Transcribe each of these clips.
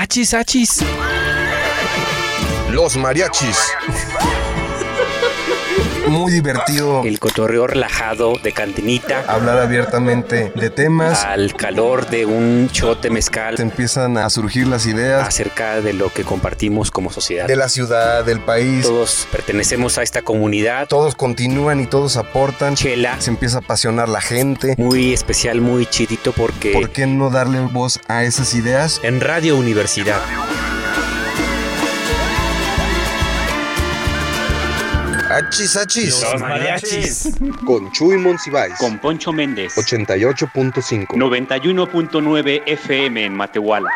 Achis, achis. Los mariachis. Muy divertido. El cotorreo relajado de cantinita. Hablar abiertamente de temas. Al calor de un shot de mezcal. Te empiezan a surgir las ideas. Acerca de lo que compartimos como sociedad. De la ciudad, del país. Todos pertenecemos a esta comunidad. Todos continúan y todos aportan. Chela. Se empieza a apasionar la gente. Muy especial, muy chidito porque... ¿Por qué no darle voz a esas ideas? En Radio Universidad. Achis, achis. Los mariachis. Con Chuy Monsiváis. Con Poncho Méndez. 88.5. 91.9 FM en Matehuala.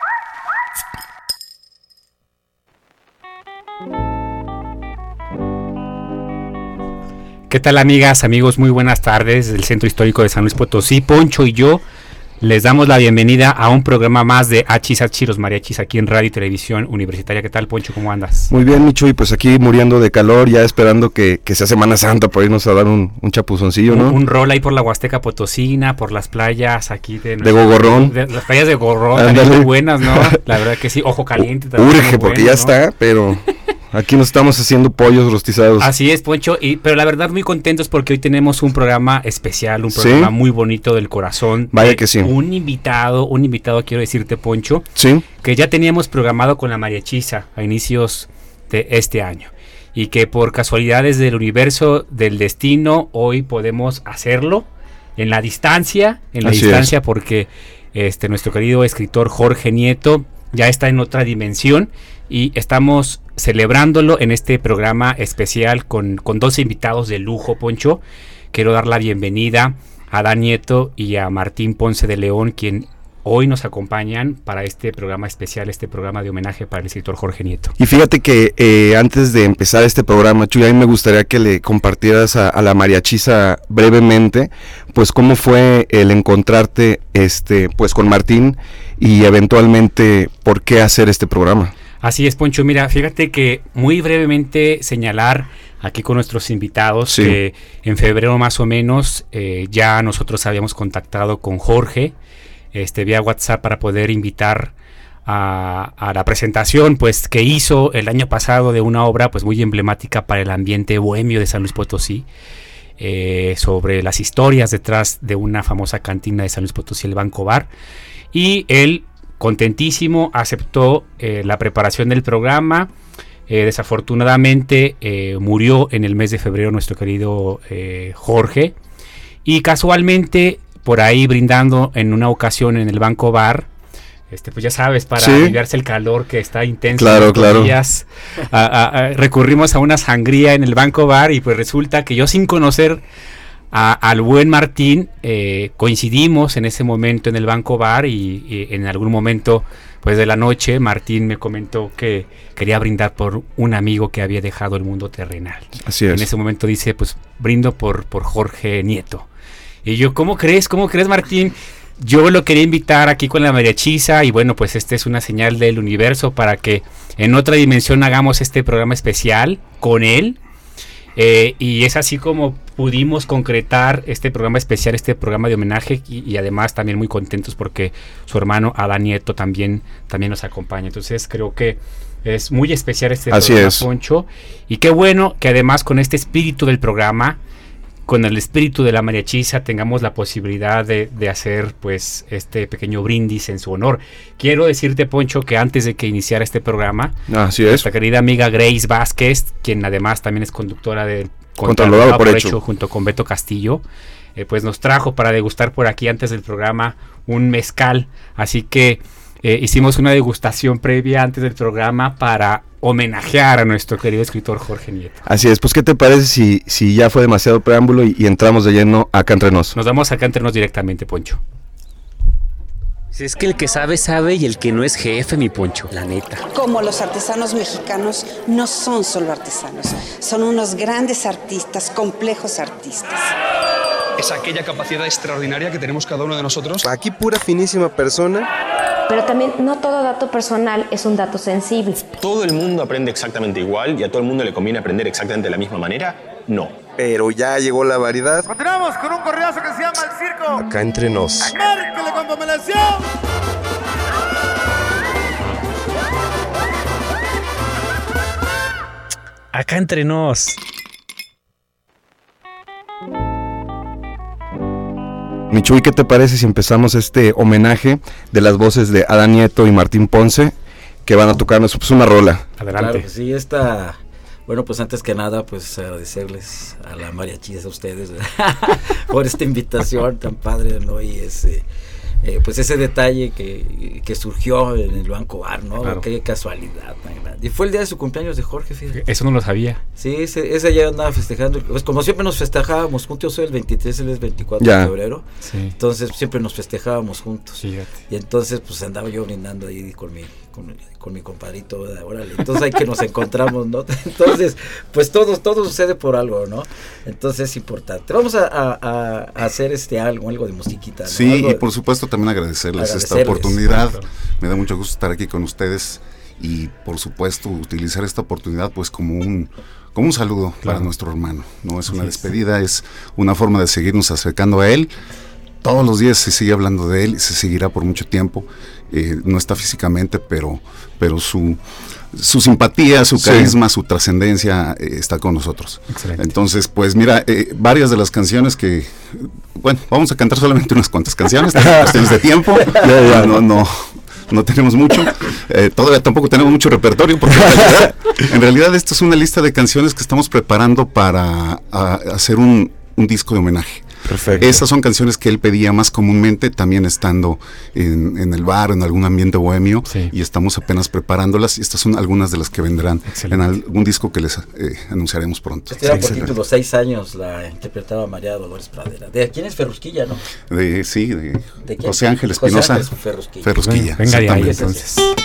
¿Qué tal, amigas, amigos? Muy buenas tardes del Centro Histórico de San Luis Potosí. Poncho y yo les damos la bienvenida a un programa más de Achis Achis, los mariachis, aquí en Radio y Televisión Universitaria. ¿Qué tal, Poncho? ¿Cómo andas? Muy bien, Micho, y pues aquí muriendo de calor, ya esperando que sea Semana Santa para irnos a dar un chapuzoncillo, ¿no? Un rol ahí por la Huasteca Potosina, por las playas aquí de Gogorrón. Las playas de Gogorrón, también muy buenas, ¿no? La verdad que sí, Ojo Caliente también. Urge, porque bueno, ya ¿no? está, pero... Aquí nos estamos haciendo pollos rostizados. Así es, Poncho, pero la verdad muy contentos porque hoy tenemos un programa especial, un programa muy bonito del corazón. Vaya que sí. Un invitado, quiero decirte, Poncho, sí, que ya teníamos programado con la mariachisa a inicios de este año y que por casualidades del universo, del destino, hoy podemos hacerlo en la distancia, porque nuestro querido escritor Jorge Nieto ya está en otra dimensión y estamos celebrándolo en este programa especial con dos invitados de lujo, Poncho. Quiero dar la bienvenida a Dan Nieto y a Martín Ponce de León, quien hoy nos acompañan para este programa especial, este programa de homenaje para el escritor Jorge Nieto. Y fíjate que antes de empezar este programa, Chuy, a mí me gustaría que le compartieras a la mariachisa brevemente, pues cómo fue el encontrarte pues con Martín y eventualmente por qué hacer este programa. Así es, Poncho. Mira, fíjate que muy brevemente señalar aquí con nuestros invitados que en febrero más o menos ya nosotros habíamos contactado con Jorge vía WhatsApp para poder invitar a la presentación pues que hizo el año pasado de una obra pues muy emblemática para el ambiente bohemio de San Luis Potosí, sobre las historias detrás de una famosa cantina de San Luis Potosí, el Banco Bar, y él contentísimo aceptó la preparación del programa. Desafortunadamente murió en el mes de febrero nuestro querido Jorge, y casualmente por ahí brindando en una ocasión en el Banco Bar, pues ya sabes, para aliviarse el calor que está intenso, claro. Días, recurrimos a una sangría en el Banco Bar y pues resulta que yo, sin conocer al buen Martín, coincidimos en ese momento en el Banco Bar y en algún momento pues de la noche Martín me comentó que quería brindar por un amigo que había dejado el mundo terrenal. Así es. En ese momento dice, pues brindo por Jorge Nieto. Y yo, ¿cómo crees, Martín? Yo lo quería invitar aquí con la mariachisa y bueno, pues esta es una señal del universo para que en otra dimensión hagamos este programa especial con él. Y es así como pudimos concretar este programa especial, este programa de homenaje y además también muy contentos porque su hermano Adán Nieto también nos acompaña. Entonces creo que es muy especial este programa, Poncho, y qué bueno que además con este espíritu del programa, con el espíritu de la mariachisa, tengamos la posibilidad de hacer pues este pequeño brindis en su honor. Quiero decirte, Poncho, que antes de que iniciara este programa, nuestra querida amiga Grace Vázquez, quien además también es conductora de Contralorado por Hecho, junto con Beto Castillo, pues nos trajo para degustar por aquí antes del programa un mezcal, así que hicimos una degustación previa antes del programa para homenajear a nuestro querido escritor Jorge Nieto. Así es, pues ¿qué te parece si ya fue demasiado preámbulo y entramos de lleno acá entre nos? Nos vamos acá entre nos directamente, Poncho. Si es que el que sabe, sabe, y el que no es jefe, mi Poncho, la neta. Como los artesanos mexicanos no son solo artesanos, son unos grandes artistas, complejos artistas. Es aquella capacidad extraordinaria que tenemos cada uno de nosotros. Aquí pura finísima persona. Pero también no todo dato personal es un dato sensible. ¿Todo el mundo aprende exactamente igual y a todo el mundo le conviene aprender exactamente de la misma manera? No. Pero ya llegó la variedad. Continuamos con un correazo que se llama El Circo. Acá entre nos. ¡Márquele con pomelación! Acá entre nos. Michuy, ¿qué te parece si empezamos este homenaje de las voces de Adán Nieto y Martín Ponce, que van a tocarnos pues una rola? Adelante. Claro que sí, bueno, pues antes que nada, pues agradecerles a la mariachisa, a ustedes, por esta invitación tan padre, ¿no? Y pues ese detalle que surgió en el Banco Bar, ¿no? Claro. Qué casualidad tan grande. Y fue el día de su cumpleaños de Jorge, fíjate. Eso no lo sabía. Sí, ese ya andaba festejando, pues como siempre nos festejábamos juntos, yo soy el 23, él es 24 Ya. de febrero, Sí. entonces siempre nos festejábamos juntos. Fíjate. Y entonces pues andaba yo brindando ahí con mi compadrito, ¿verdad? Órale, entonces hay que nos encontramos, ¿no? Entonces, pues todo sucede por algo, ¿no? Entonces es importante. Vamos a hacer algo de musiquita, ¿no? Sí, Algo y por supuesto también agradecerles esta Agradecerles. oportunidad. Exacto. Me da mucho gusto estar aquí con ustedes y por supuesto utilizar esta oportunidad pues como un saludo para nuestro hermano. No es una Así es. despedida, es una forma de seguirnos acercando a él. Todos los días se sigue hablando de él y se seguirá por mucho tiempo. No está físicamente, pero su simpatía, su carisma, su trascendencia está con nosotros. Excelente. Entonces, pues mira, varias de las canciones bueno, vamos a cantar solamente unas cuantas canciones, cuestiones de tiempo. No tenemos mucho, todavía tampoco tenemos mucho repertorio, porque en realidad esto es una lista de canciones que estamos preparando para hacer un disco de homenaje. Perfecto. Esas son canciones que él pedía más comúnmente, también estando en el bar, en algún ambiente bohemio, Sí. y estamos apenas preparándolas, y estas son algunas de las que vendrán Excelente. en algún disco que les anunciaremos pronto. Este era por Excelente. título, 6 años la interpretaba María Dolores Pradera. ¿De quién es Ferrusquilla, no? De ¿De quién? José Ángel José Espinosa Ángel Ferrusquilla. Ferrusquilla. Venga de ahí exactamente. entonces.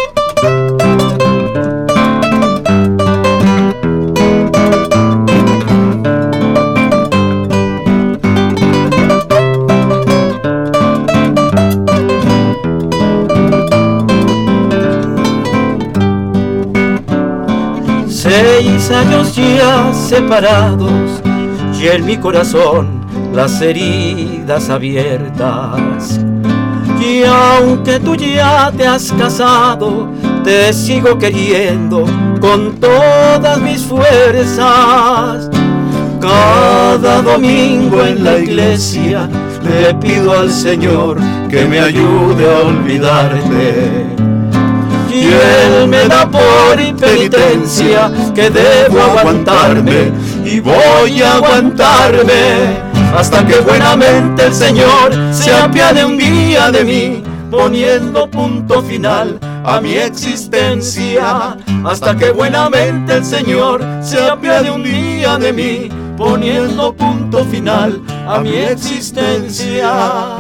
Seis años ya separados y en mi corazón las heridas abiertas. Y aunque tú ya te has casado, te sigo queriendo con todas mis fuerzas. Cada domingo en la iglesia le pido al Señor que me ayude a olvidarte. Y Él me da por penitencia que debo aguantarme, y voy a aguantarme hasta que buenamente el Señor se apiade un día de mí, poniendo punto final a mi existencia. Hasta que buenamente el Señor se apiade un día de mí, poniendo punto final a mi existencia.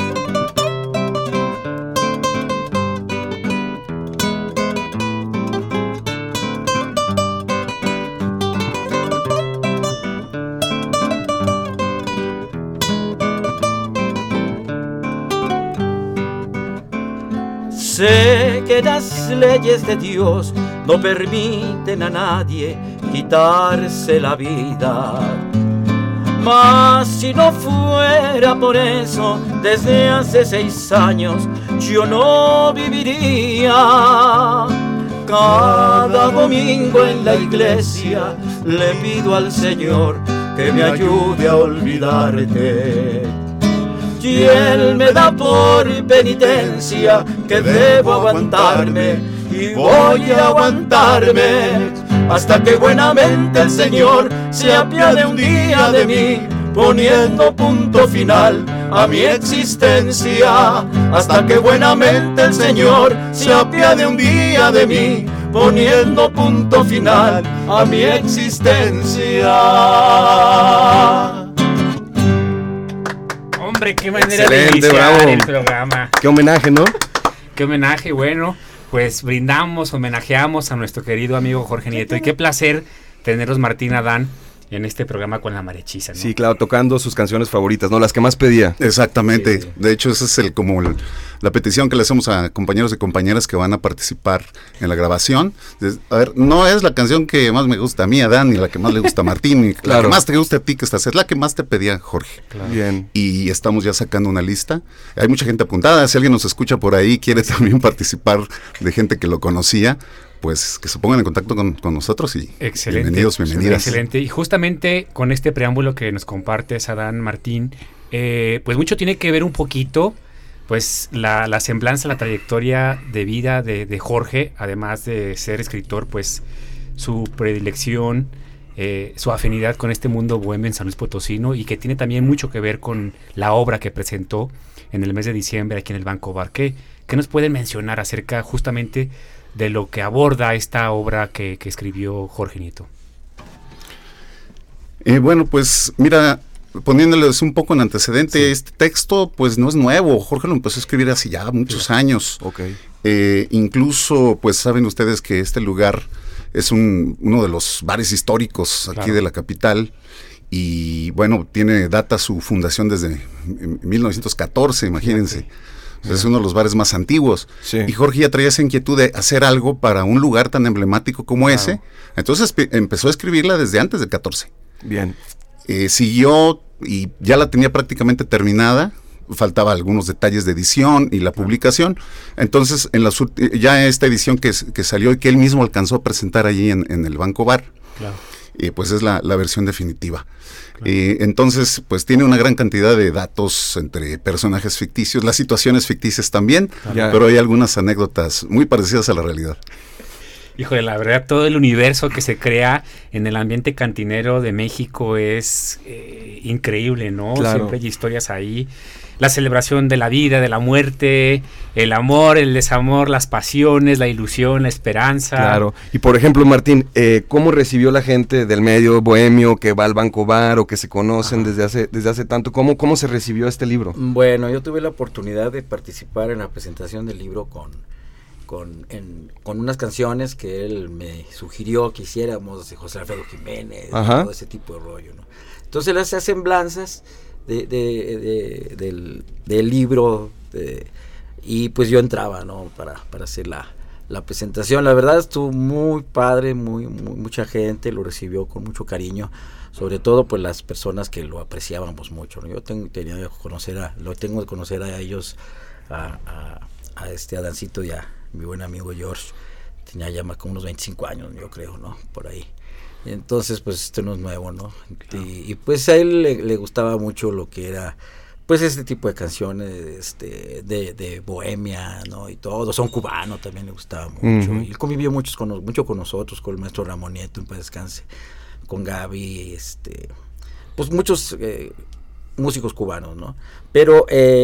Sé que las leyes de Dios no permiten a nadie quitarse la vida, mas si no fuera por eso, desde hace 6 años yo no viviría. Cada domingo en la iglesia le pido al Señor que me ayude a olvidarte. Y Él me da por penitencia que debo aguantarme, y voy a aguantarme hasta que buenamente el Señor se apiade un día de mí, poniendo punto final a mi existencia. Hasta que buenamente el Señor se apiade un día de mí, poniendo punto final a mi existencia. Hombre, qué manera Excelente, de iniciar bravo. el programa. Qué homenaje, ¿no? Qué homenaje, bueno, pues brindamos, homenajeamos a nuestro querido amigo Jorge Nieto. Y qué placer tenerlos, Martín, Adán, en este programa con la mariachiza, ¿no? Sí, claro, tocando sus canciones favoritas, ¿no? Las que más pedía. Exactamente. Sí. De hecho, ese es la petición que le hacemos a compañeros y compañeras que van a participar en la grabación. A ver, no es la canción que más me gusta a mí, Adán, ni la que más le gusta a Martín, ni la que más te gusta a ti, que estás, es la que más te pedía Jorge. Claro. Bien. Y estamos ya sacando una lista. Hay mucha gente apuntada, si alguien nos escucha por ahí, quiere también participar de gente que lo conocía, pues que se pongan en contacto con nosotros y excelente, bienvenidas. Excelente. Y justamente con este preámbulo que nos compartes, Adán, Martín, pues mucho tiene que ver un poquito, pues la semblanza, la trayectoria de vida de Jorge, además de ser escritor, pues su predilección, su afinidad con este mundo bohemio en San Luis Potosino, y que tiene también mucho que ver con la obra que presentó en el mes de diciembre aquí en el Banco Bar. ¿Qué nos pueden mencionar acerca justamente de lo que aborda esta obra que escribió Jorge Nieto? Bueno, pues mira, poniéndoles un poco en antecedente, este texto pues no es nuevo. Jorge lo empezó a escribir hace ya muchos años. Okay. Incluso, pues saben ustedes que este lugar es uno de los bares históricos aquí de la capital. Y bueno, data su fundación desde 1914, imagínense. Okay. Es uno de los bares más antiguos. Sí. Y Jorge ya traía esa inquietud de hacer algo para un lugar tan emblemático como ese. Entonces empezó a escribirla desde antes del 14. Bien. Siguió y ya la tenía prácticamente terminada. Faltaba algunos detalles de edición y la publicación. Entonces, ya esta edición que salió y que él mismo alcanzó a presentar allí en el Banco Bar, claro. Pues es la versión definitiva. Claro. Entonces, pues tiene una gran cantidad de datos entre personajes ficticios, las situaciones ficticias también, pero hay algunas anécdotas muy parecidas a la realidad. Híjole, la verdad, todo el universo que se crea en el ambiente cantinero de México es increíble, ¿no? Claro. Siempre hay historias ahí. La celebración de la vida, de la muerte, el amor, el desamor, las pasiones, la ilusión, la esperanza. Claro. Y por ejemplo, Martín, ¿cómo recibió la gente del medio bohemio que va al Banco Bar o que se conocen desde hace tanto? ¿Cómo se recibió este libro? Bueno, yo tuve la oportunidad de participar en la presentación del libro con unas canciones que él me sugirió que hiciéramos, de José Alfredo Jiménez, todo ese tipo de rollo, ¿no? Entonces él hacía semblanzas del libro, y pues yo entraba, ¿no? para hacer la presentación. La verdad estuvo muy padre, mucha gente lo recibió con mucho cariño, sobre todo pues las personas que lo apreciábamos mucho, ¿no? Yo tengo de conocer a ellos, a Adancito y a mi buen amigo George. Tenía ya más como unos 25 años, yo creo, ¿no? Por ahí. Entonces, pues esto no es nuevo, ¿no? Claro. Y pues a él le gustaba mucho lo que era, pues este tipo de canciones, de bohemia, ¿no? Y todo, son cubano, también le gustaba mucho. Y él convivió mucho con nosotros, con el maestro Ramón Nieto, en paz descanse, con Gaby, pues muchos músicos cubanos, ¿no? Pero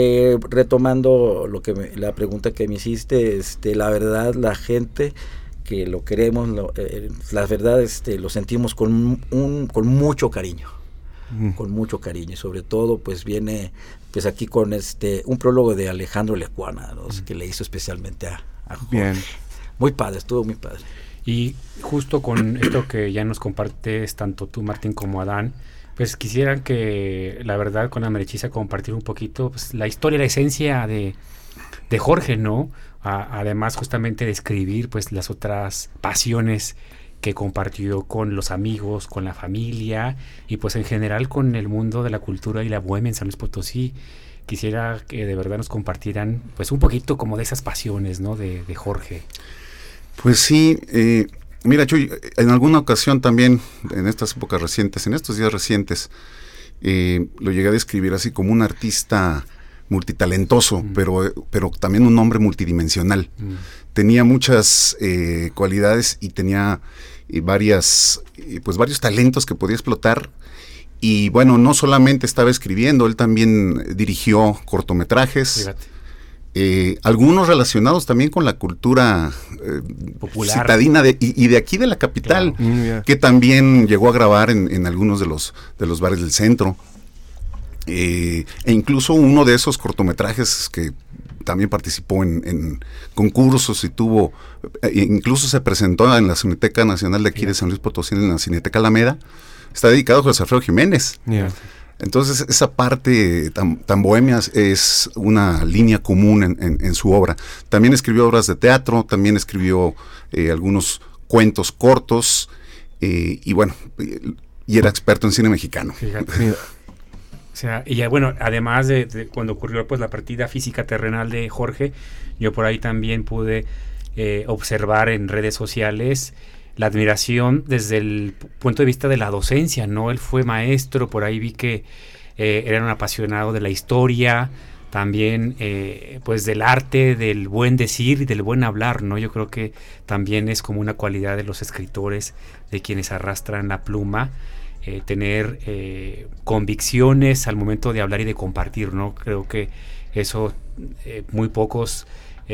retomando la pregunta que me hiciste, la verdad, la gente que lo queremos, la verdad, lo sentimos con mucho cariño, con mucho cariño, y sobre todo, pues viene, pues aquí con un prólogo de Alejandro Lecuona, ¿no? Que le hizo especialmente a Jorge. Bien. Muy padre, estuvo muy padre. Y justo con esto que ya nos compartes, tanto tú, Martín, como Adán, pues quisieran que, la verdad, con la Mariachiza compartir un poquito, pues, la historia, la esencia de Jorge, ¿no? Además justamente de escribir pues las otras pasiones que compartió con los amigos, con la familia y pues en general con el mundo de la cultura y la bohemia en San Luis Potosí. Quisiera que de verdad nos compartieran pues un poquito como de esas pasiones, ¿no? de Jorge. Pues sí, mira, Chuy, en alguna ocasión también, en estas épocas recientes, en estos días recientes, lo llegué a describir así como un artista multitalentoso, pero también un hombre multidimensional. Tenía muchas cualidades y tenía varios talentos que podía explotar. Y bueno, no solamente estaba escribiendo, él también dirigió cortometrajes. Algunos relacionados también con la cultura popular, citadina y de aquí de la capital, claro. Que también llegó a grabar en algunos de los bares del centro. E incluso uno de esos cortometrajes que también participó en concursos y incluso se presentó en la Cineteca Nacional de aquí de San Luis Potosí, en la Cineteca Alameda, está dedicado a José Alfredo Jiménez. Entonces esa parte tan bohemia es una línea común en su obra. También escribió obras de teatro, también escribió algunos cuentos cortos y bueno, y era experto en cine mexicano. Fíjate. O sea, y ya, bueno, además de cuando ocurrió pues la partida física terrenal de Jorge, yo por ahí también pude observar en redes sociales la admiración desde el punto de vista de la docencia, ¿no? Él fue maestro, por ahí vi que era un apasionado de la historia, también pues del arte, del buen decir y del buen hablar, ¿no? Yo creo que también es como una cualidad de los escritores, de quienes arrastran la pluma, tener convicciones al momento de hablar y de compartir, ¿no? Creo que eso muy pocos,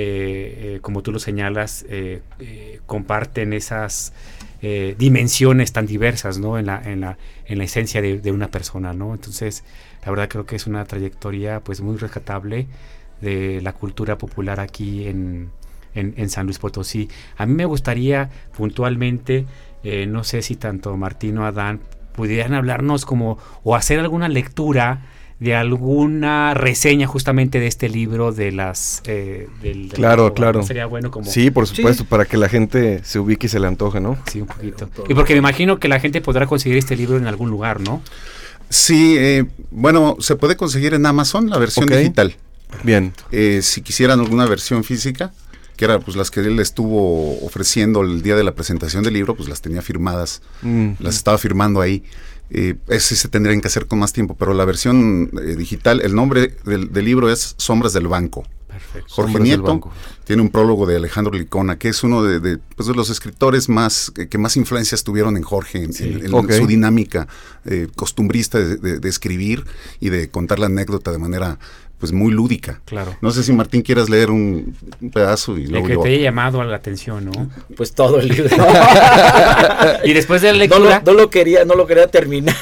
como tú lo señalas, comparten esas dimensiones tan diversas, ¿no? en la esencia de una persona, ¿no? Entonces, la verdad creo que es una trayectoria pues muy rescatable de la cultura popular aquí en San Luis Potosí. A mí me gustaría puntualmente, no sé si tanto Martín o Adán pudieran hablarnos como o hacer alguna lectura de alguna reseña justamente de este libro de las claro. ¿no? Sería bueno como sí, por supuesto, para que la gente se ubique y se le antoje, ¿no? Sí, un poquito. Y porque me imagino que la gente podrá conseguir este libro en algún lugar, ¿no? Sí, bueno, se puede conseguir en Amazon la versión digital. Bien. Si quisieran alguna versión física, que era pues las que él estuvo ofreciendo el día de la presentación del libro, pues las tenía firmadas, las estaba firmando ahí. Ese se tendrían que hacer con más tiempo, pero la versión digital, el nombre del libro es Sombras del Banco. Perfecto. Jorge Nieto tiene un prólogo de Alejandro Licona, que es uno de los escritores que más influencias tuvieron en Jorge, en su dinámica costumbrista de escribir y de contar la anécdota de manera pues muy lúdica. Claro. No sé si Martín quieras leer un pedazo y luego que te haya llamado a la atención, ¿no? Pues todo el libro. Y después de la lectura no lo quería terminar.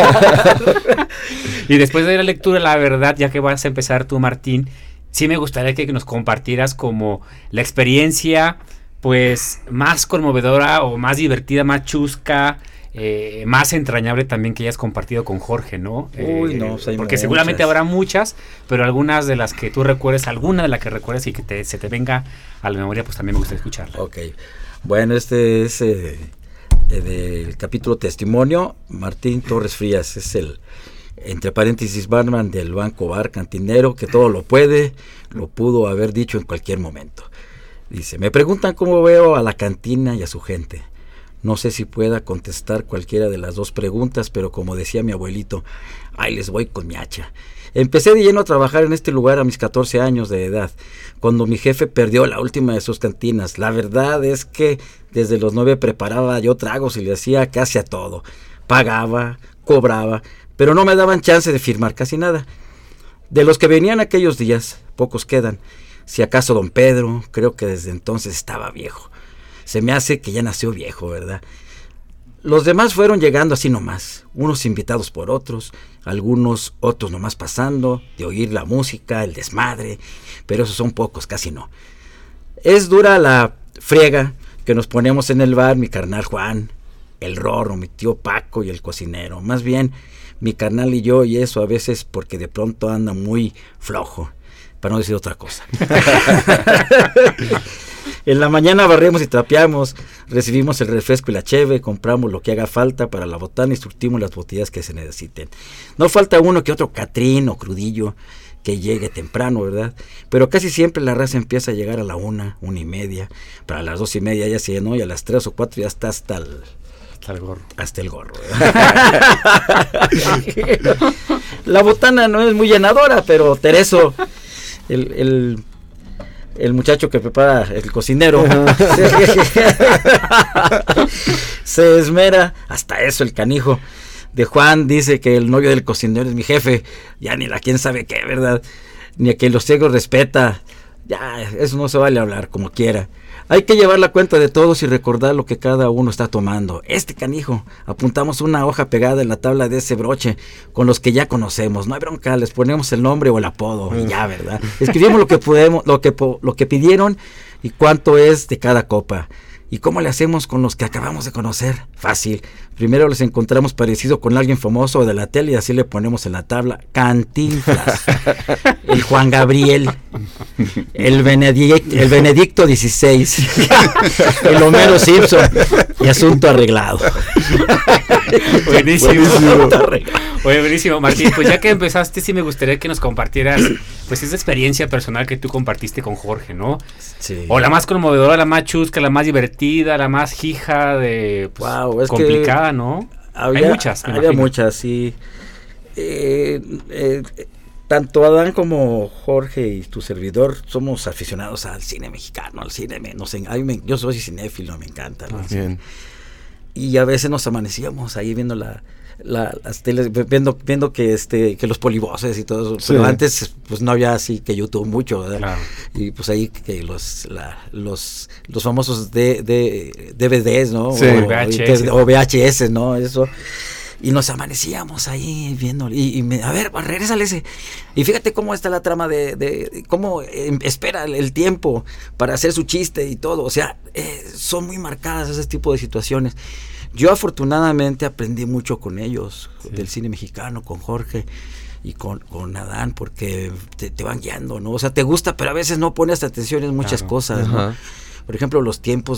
Y después de la lectura, la verdad, ya que vas a empezar tú, Martín, sí me gustaría que nos compartieras como la experiencia pues más conmovedora o más divertida, más chusca, más entrañable también que hayas compartido con Jorge, ¿no? Uy, no, pues porque seguramente habrá muchas, pero algunas de las que tú recuerdes, alguna de las que recuerdes y que se te venga a la memoria, pues también me gustaría escucharla. Ok, bueno, este es del capítulo Testimonio. Martín Torres Frías es el, entre paréntesis, barman del Banco Bar Cantinero, que todo lo pudo haber dicho en cualquier momento. Dice, me preguntan cómo veo a la cantina y a su gente. No sé si pueda contestar cualquiera de las dos preguntas, pero como decía mi abuelito, ahí les voy con mi hacha. Empecé de lleno a trabajar en este lugar a mis 14 años de edad, cuando mi jefe perdió la última de sus cantinas. La verdad es que desde los 9 preparaba yo tragos y le hacía casi a todo. Pagaba, cobraba, pero no me daban chance de firmar casi nada. De los que venían aquellos días, pocos quedan. Si acaso don Pedro, creo que desde entonces estaba viejo. Se me hace que ya nació viejo, ¿verdad? Los demás fueron llegando así nomás, unos invitados por otros, otros nomás pasando, de oír la música, el desmadre, pero esos son pocos, casi no. Es dura la friega que nos ponemos en el bar, mi carnal Juan, el Rorro, mi tío Paco y el cocinero. Más bien, mi carnal y yo, y eso a veces porque de pronto anda muy flojo, para no decir otra cosa. En la mañana barremos y trapeamos, recibimos el refresco y la cheve, compramos lo que haga falta para la botana y surtimos las botellas que se necesiten. No falta uno que otro catrín o crudillo que llegue temprano, ¿verdad? Pero casi siempre la raza empieza a llegar a la 1:30, para las 2:30 ya se llenó y a las 3 o 4 ya está hasta el gorro. Hasta el gorro. La botana no es muy llenadora, pero Tereso, el muchacho que prepara, el cocinero, se esmera, hasta eso el canijo de Juan dice que el novio del cocinero es mi jefe, ya ni la quién sabe qué, ¿verdad? Ni a que los ciegos respeta, ya, eso no se vale hablar como quiera. Hay que llevar la cuenta de todos y recordar lo que cada uno está tomando. Este canijo, apuntamos una hoja pegada en la tabla de ese broche con los que ya conocemos. No hay bronca, les ponemos el nombre o el apodo y ya, ¿verdad? Escribimos lo que pidieron y cuánto es de cada copa. ¿Y cómo le hacemos con los que acabamos de conocer? Fácil. Primero les encontramos parecido con alguien famoso de la tele y así le ponemos en la tabla Cantinflas, el Juan Gabriel, el Benedicto XVI, el Homero Simpson y asunto arreglado. Buenísimo. Oye, buenísimo, Martín. Pues ya que empezaste, sí me gustaría que nos compartieras pues esa experiencia personal que tú compartiste con Jorge, ¿no? Sí. O la más conmovedora, la más chusca, la más divertida, la más hija de pues, complicada, ¿no? Hay muchas. Había muchas, sí. Tanto Adán como Jorge y tu servidor somos aficionados al cine mexicano, al cine. Yo soy cinéfilo, me encanta. Bien. Y a veces nos amanecíamos ahí viendo las teles, viendo que los polivoces y todo eso, sí. Pero antes pues no había así que YouTube mucho, ¿verdad? Claro. Y pues ahí que los famosos DVDs, ¿no? Sí. O VHS, ¿no? Eso. Y nos amanecíamos ahí viendo a ver, regrésale ese. Y fíjate cómo está la trama de cómo espera el tiempo para hacer su chiste y todo. O sea, son muy marcadas ese tipo de situaciones. Yo afortunadamente aprendí mucho con ellos, sí, del cine mexicano, con Jorge y con Adán, porque te van guiando, ¿no? O sea, te gusta, pero a veces no pones atención en muchas cosas, ¿no? Por ejemplo, los tiempos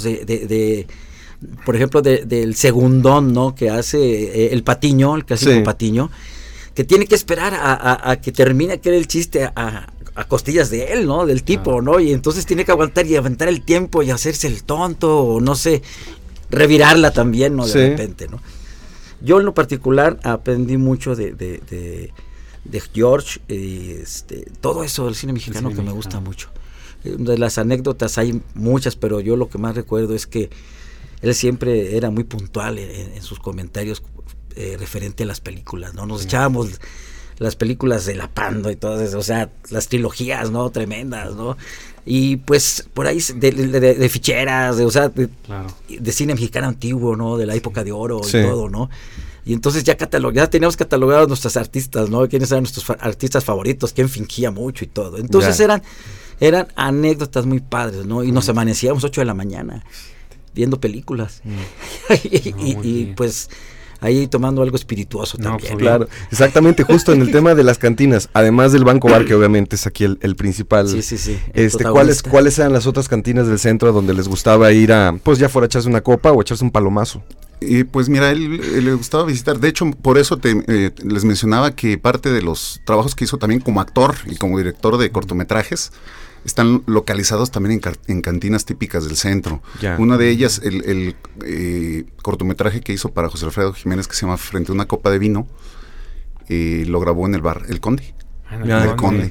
por ejemplo, del segundón, ¿no? Que hace el Patiño, el clásico Patiño, que tiene que esperar a que termine aquel el chiste a costillas de él, ¿no? Del tipo, ¿no? Y entonces tiene que aguantar el tiempo y hacerse el tonto, o no sé, revirarla también, ¿no? De repente, ¿no? Yo en lo particular aprendí mucho de George, todo eso del cine mexicano que me gusta mucho. De las anécdotas hay muchas, pero yo lo que más recuerdo es que él siempre era muy puntual en sus comentarios referente a las películas, ¿no? Nos echábamos las películas de La Pando y todas esas, o sea, las trilogías, ¿no? Tremendas, ¿no? Y pues por ahí de ficheras, de cine mexicano antiguo, ¿no? De la época de oro y todo, ¿no? Y entonces ya teníamos catalogados nuestros artistas, ¿no? Quiénes eran nuestros artistas favoritos, quién fingía mucho y todo. Entonces eran anécdotas muy padres, ¿no? Y nos amanecíamos 8 de la mañana viendo películas. y pues ahí tomando algo espirituoso también. Pues, claro, exactamente, justo en el tema de las cantinas, además del Banco Bar, que obviamente es aquí el principal. Sí. ¿Cuáles eran las otras cantinas del centro donde les gustaba ir a, pues ya fuera a echarse una copa o echarse un palomazo? Pues mira, él le gustaba visitar. De hecho, por eso les mencionaba que parte de los trabajos que hizo también como actor y como director de cortometrajes están localizados también en cantinas típicas del centro. Ya. Una de ellas, el cortometraje que hizo para José Alfredo Jiménez, que se llama Frente a una copa de vino, lo grabó en el bar El Conde. El Conde.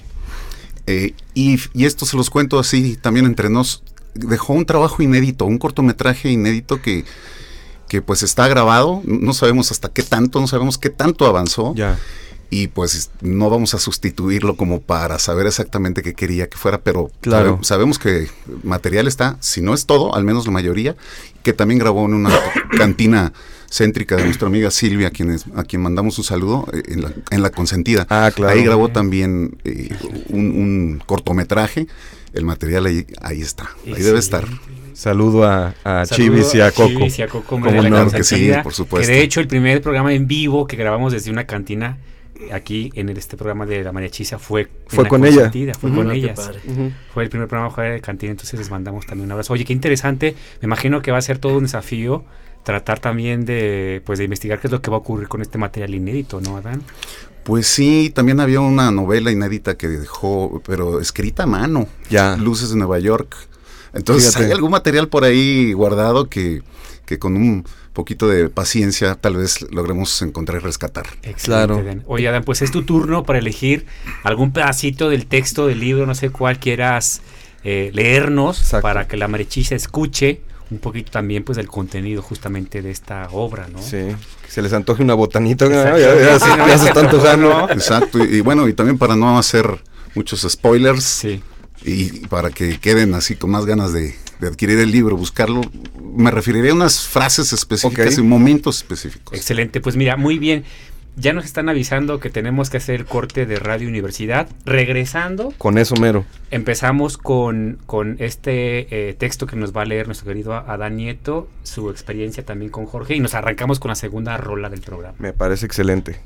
Y esto se los cuento así también entre nos. Dejó un trabajo inédito, un cortometraje inédito que pues está grabado. No sabemos hasta qué tanto, no sabemos qué tanto avanzó. Ya. Y pues no vamos a sustituirlo como para saber exactamente qué quería que fuera, pero claro, sabemos que material está, si no es todo, al menos la mayoría, que también grabó en una cantina céntrica de nuestra amiga Silvia, a quien mandamos un saludo, en la Consentida. Claro. Ahí grabó también un cortometraje, el material ahí está, ahí debe estar. Saludo a Chivis y a Coco. Chivis y a Coco, como no, que sí, por supuesto. Que de hecho el primer programa en vivo que grabamos desde una cantina aquí en este programa de la mariachisa fue con ella. Fue con ellas. Fue el primer programa de cantina, entonces les mandamos también un abrazo. Oye, qué interesante. Me imagino que va a ser todo un desafío tratar también de investigar qué es lo que va a ocurrir con este material inédito, ¿no, Adán? Pues sí, también había una novela inédita que dejó, pero escrita a mano. Ya. Luces de Nueva York. Entonces, fíjate, hay algún material por ahí guardado que con un poquito de paciencia tal vez logremos encontrar y rescatar. Excelente, claro. Oye, Adán, pues es tu turno para elegir algún pedacito del texto del libro, no sé cuál quieras leernos. Exacto. Para que la mariachisa escuche un poquito también pues del contenido justamente de esta obra, ¿no? Sí, que se les antoje una botanita, ¿no? Ya se están antojando. Exacto, y bueno, y también para no hacer muchos spoilers, sí, y para que queden así con más ganas de adquirir el libro, buscarlo, me referiré a unas frases específicas, okay, y momentos específicos. Excelente, pues mira, muy bien. ya nos están avisando que tenemos que hacer el corte de Radio Universidad. Regresando. Con eso mero. Empezamos con este texto que nos va a leer nuestro querido Adán Nieto, su experiencia también con Jorge, y nos arrancamos con la segunda rola del programa. Me parece excelente.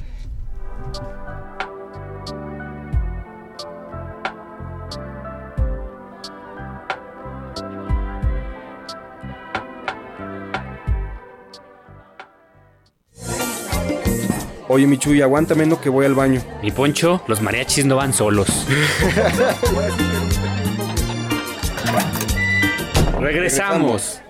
Oye, mi Chuy, aguántame, no, que voy al baño. Mi Poncho, los mariachis no van solos. Regresamos.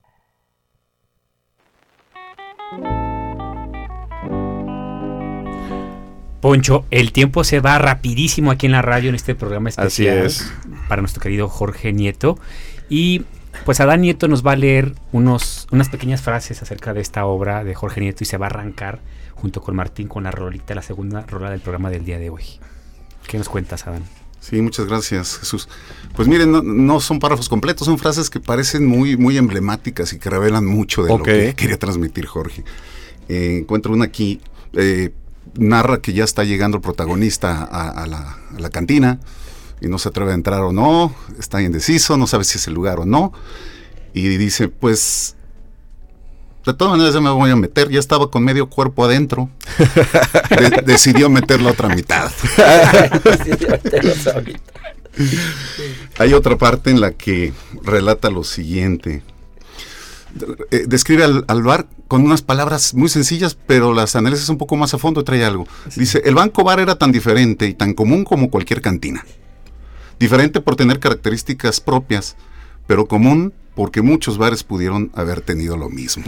Poncho, el tiempo se va rapidísimo aquí en la radio en este programa especial. Así es. Para nuestro querido Jorge Nieto. Y pues Adán Nieto nos va a leer unas pequeñas frases acerca de esta obra de Jorge Nieto y se va a arrancar junto con Martín con la rolita, la segunda rola del programa del día de hoy. ¿Qué nos cuentas, Adán? Sí, muchas gracias, Jesús. Pues miren, no son párrafos completos, son frases que parecen muy, muy emblemáticas y que revelan mucho de lo que quería transmitir Jorge. Encuentro una aquí, narra que ya está llegando el protagonista a la cantina y no se atreve a entrar o no, está indeciso, no sabe si es el lugar o no, y dice, pues, de todas maneras ya me voy a meter, ya estaba con medio cuerpo adentro, decidió meter la otra mitad. Hay otra parte en la que relata lo siguiente. Describe al bar con unas palabras muy sencillas, pero las analiza un poco más a fondo y trae algo. Dice, el banco bar era tan diferente y tan común como cualquier cantina. Diferente por tener características propias, pero común porque muchos bares pudieron haber tenido lo mismo.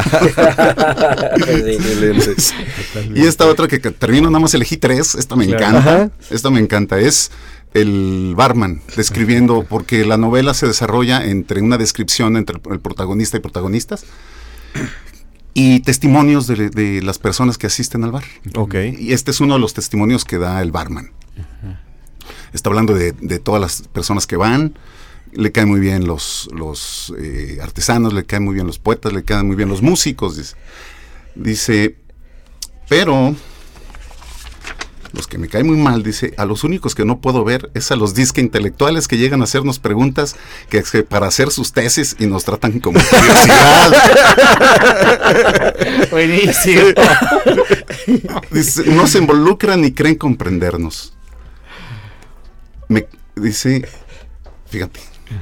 Y esta otra que termino, nada más elegí 3, esta me encanta. Esta me encanta, es el barman describiendo, porque la novela se desarrolla entre una descripción entre el protagonista y protagonistas y testimonios de las personas que asisten al bar. Y este es uno de los testimonios que da el barman. Está hablando de todas las personas que van. Le caen muy bien los artesanos, le caen muy bien los poetas, le caen muy bien los músicos. Dice, pero los que me caen muy mal, dice, a los únicos que no puedo ver es a los disque intelectuales que llegan a hacernos preguntas que para hacer sus tesis y nos tratan como curiosidad. Buenísimo. Dice, no se involucran ni creen comprendernos. Dice, fíjate,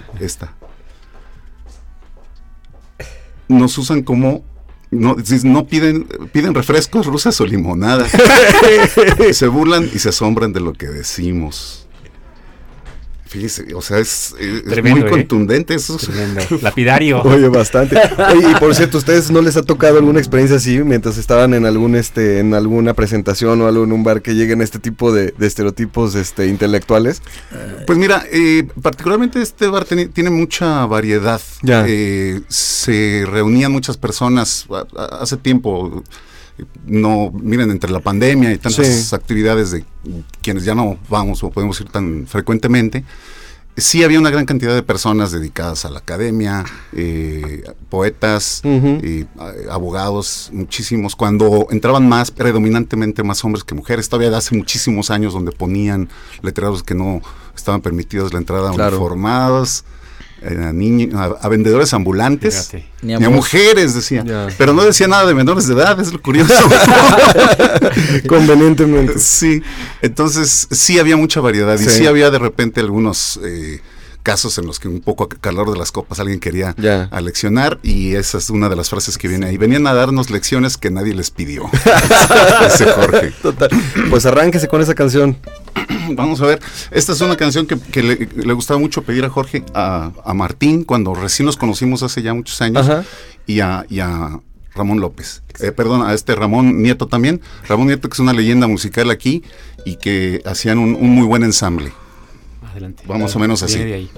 nos usan como no piden refrescos, rusas o limonadas. Se burlan y se asombran de lo que decimos. Fíjese, o sea, es tremendo, muy contundente eso. Tremendo. Lapidario. Oye, bastante. Oye, y por cierto, ¿ustedes no les ha tocado alguna experiencia así mientras estaban en en alguna presentación o algo en un bar que lleguen este tipo de estereotipos intelectuales? Pues mira, particularmente este bar tiene mucha variedad. Se reunían muchas personas hace tiempo. No, miren, entre la pandemia y tantas actividades de quienes ya no vamos o podemos ir tan frecuentemente, sí había una gran cantidad de personas dedicadas a la academia, poetas, abogados, muchísimos. Cuando entraban predominantemente más hombres que mujeres, todavía de hace muchísimos años, donde ponían letreros que no estaban permitidos la entrada a uniformados, a vendedores ambulantes, ni a mujeres, decía. Pero no decía nada de menores de edad, es lo curioso. Convenientemente. Sí, entonces sí había mucha variedad y sí había de repente algunos casos en los que un poco a calor de las copas alguien quería aleccionar, y esa es una de las frases que viene ahí. Venían a darnos lecciones que nadie les pidió. Ese Jorge. Total. Pues arránquese con esa canción. Vamos a ver, esta es una canción que le gustaba mucho pedir a Jorge, a Martín, cuando recién nos conocimos hace ya muchos años, y a Ramón López, perdón, a Ramón Nieto también. Ramón Nieto, que es una leyenda musical aquí y que hacían un muy buen ensamble. Adelante. Vamos o menos así. Viene de ahí.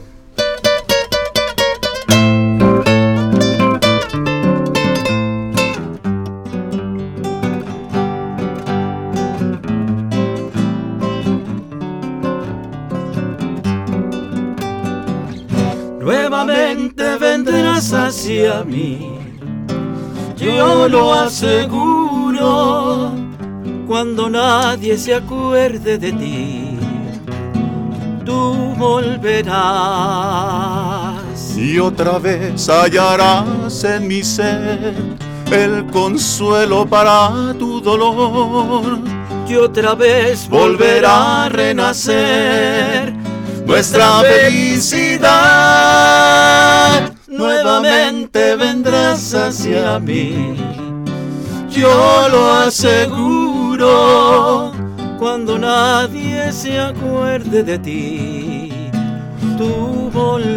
Nuevamente vendrás hacia mí, yo lo aseguro. cuando nadie se acuerde de ti, tú volverás. Y otra vez hallarás en mi ser el consuelo para tu dolor. Y otra vez volverá a renacer nuestra felicidad. Nuevamente vendrás hacia mí, yo lo aseguro. Cuando nadie se acuerde de ti, tú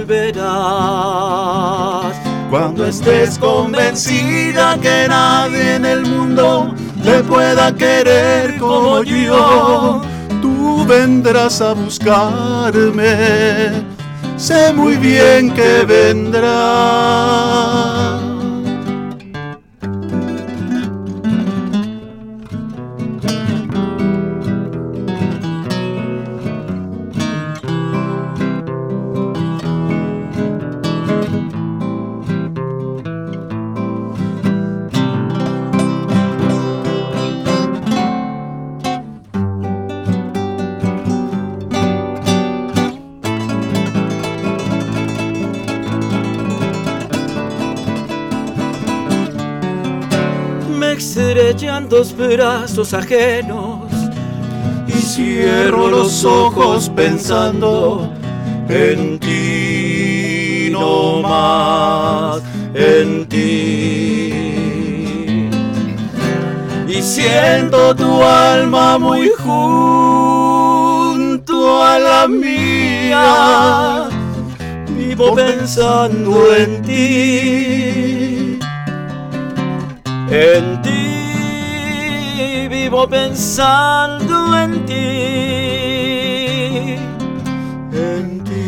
volverás. Cuando estés convencida que nadie en el mundo te pueda querer como yo, tú vendrás a buscarme, sé muy bien que vendrás. Estrellan dos brazos ajenos y cierro los ojos pensando en ti, no más en ti. Y siento tu alma muy junto a la mía, vivo pensando en ti. En ti vivo pensando en ti, en ti.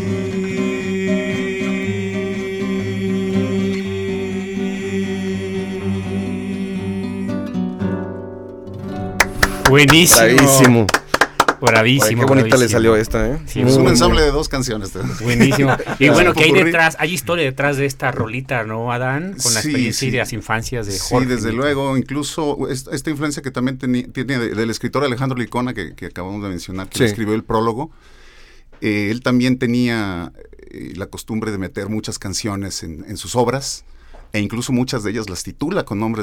Buenísimo. Bravísimo. Bravísimo. Qué bonita bravísimo. le salió esta, ¿eh? Sí, Es un ensamble de 2 canciones. Buenísimo. Y bueno, ¿qué hay detrás? Hay historia detrás de esta rolita, ¿no, Adán? Con la experiencia y de las infancias de Jorge. Sí, desde luego. Incluso esta influencia que también tiene del escritor Alejandro Licona, que acabamos de mencionar, que escribió el prólogo. Él también tenía la costumbre de meter muchas canciones en sus obras, e incluso muchas de ellas las titula con nombres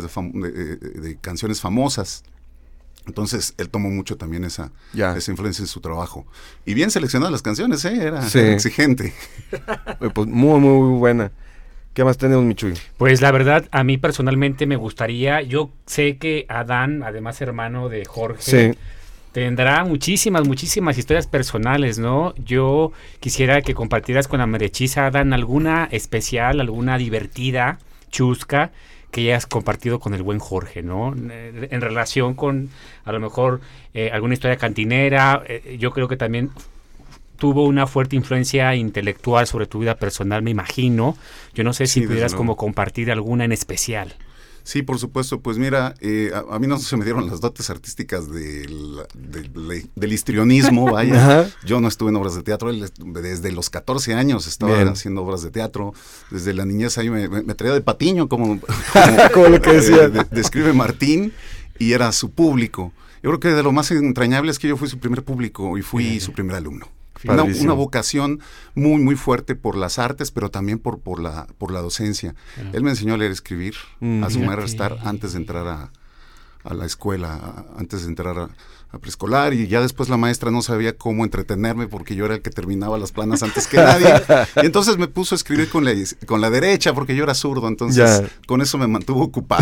de canciones famosas. Entonces, él tomó mucho también esa influencia en su trabajo. Y bien seleccionadas las canciones, era exigente. Pues muy, muy buena. ¿Qué más tenemos, Michuy? Pues la verdad, a mí personalmente me gustaría, yo sé que Adán, además hermano de Jorge, tendrá muchísimas historias personales, ¿no? Yo quisiera que compartieras con la mariachisa, Adán, alguna especial, alguna divertida, chusca, que hayas compartido con el buen Jorge, ¿no? En relación con, a lo mejor, alguna historia cantinera. Yo creo que también tuvo una fuerte influencia intelectual sobre tu vida personal, me imagino. Yo no sé si pudieras como compartir alguna en especial. Sí, por supuesto. Pues mira, a mí no se me dieron las dotes artísticas del histrionismo, vaya. Ajá. Yo no estuve en obras de teatro. Desde los 14 años estaba haciendo obras de teatro. Desde la niñez ahí me traía de patiño, como lo que decía. Describe Martín, y era su público. Yo creo que de lo más entrañable es que yo fui su primer público y fui su primer alumno. Una vocación muy, muy fuerte por las artes, pero también por la docencia. Él me enseñó a leer y escribir, a sumar, a restar, antes de entrar a la escuela, antes de entrar a preescolar, y ya después la maestra no sabía cómo entretenerme porque yo era el que terminaba las planas antes que nadie, y entonces me puso a escribir con la derecha porque yo era zurdo, entonces con eso me mantuvo ocupado.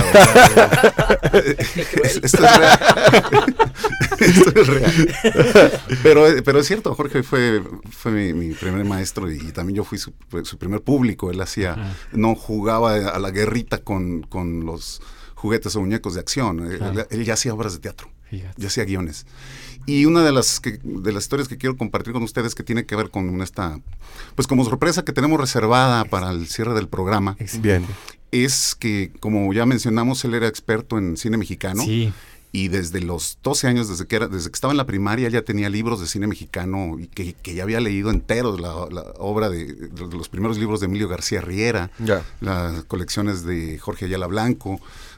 Esto es real. Esto es real. Pero es cierto, Jorge fue mi primer maestro, y también yo fui su primer público. Él no jugaba a la guerrita con los juguetes o muñecos de acción. Él ya hacía obras de teatro. Ya hacía guiones. Y una de las historias que quiero compartir con ustedes, que tiene que ver con esta, pues como sorpresa que tenemos reservada para el cierre del programa, es que, como ya mencionamos, él era experto en cine mexicano. Sí. Y desde los 12 años, desde que estaba en la primaria, ya tenía libros de cine mexicano, y que ya había leído enteros la obra de los primeros libros de Emilio García Riera, las colecciones de Jorge Ayala Blanco. O sea,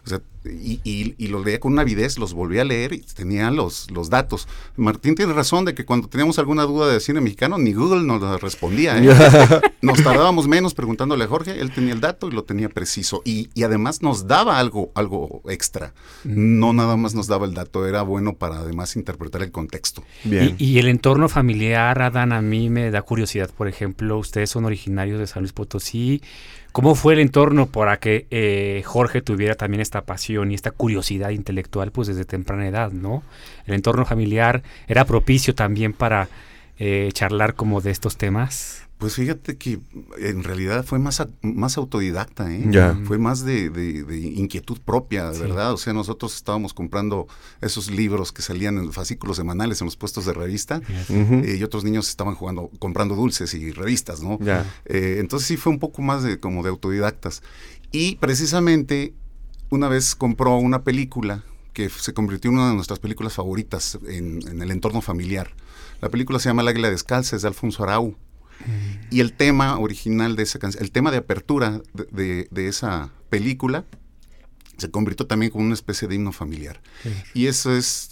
y los leía con una avidez, los volví a leer y tenía los datos. Martín tiene razón de que cuando teníamos alguna duda de cine mexicano, ni Google nos la respondía. Nos tardábamos menos preguntándole a Jorge, él tenía el dato y lo tenía preciso. Y además nos daba algo extra. No nada más nos daba el dato, era bueno para además interpretar el contexto. Bien. Y el entorno familiar, Adán, a mí me da curiosidad. Por ejemplo, ustedes son originarios de San Luis Potosí. ¿Cómo fue el entorno para que Jorge tuviera también esta pasión y esta curiosidad intelectual pues desde temprana edad, ¿no? ¿El entorno familiar era propicio también para charlar como de estos temas? Pues fíjate que en realidad fue más autodidacta, ¿eh? Fue más de inquietud propia, de verdad. O sea, nosotros estábamos comprando esos libros que salían en fascículos semanales en los puestos de revista, y otros niños estaban comprando dulces y revistas, ¿no? Entonces sí fue un poco más como de autodidactas. Y precisamente una vez compró una película que se convirtió en una de nuestras películas favoritas en el entorno familiar. La película se llama El Águila Descalza, es de Alfonso Arau. Y el tema original de esa canción, el tema de apertura de esa película, se convirtió también como una especie de himno familiar. Y eso es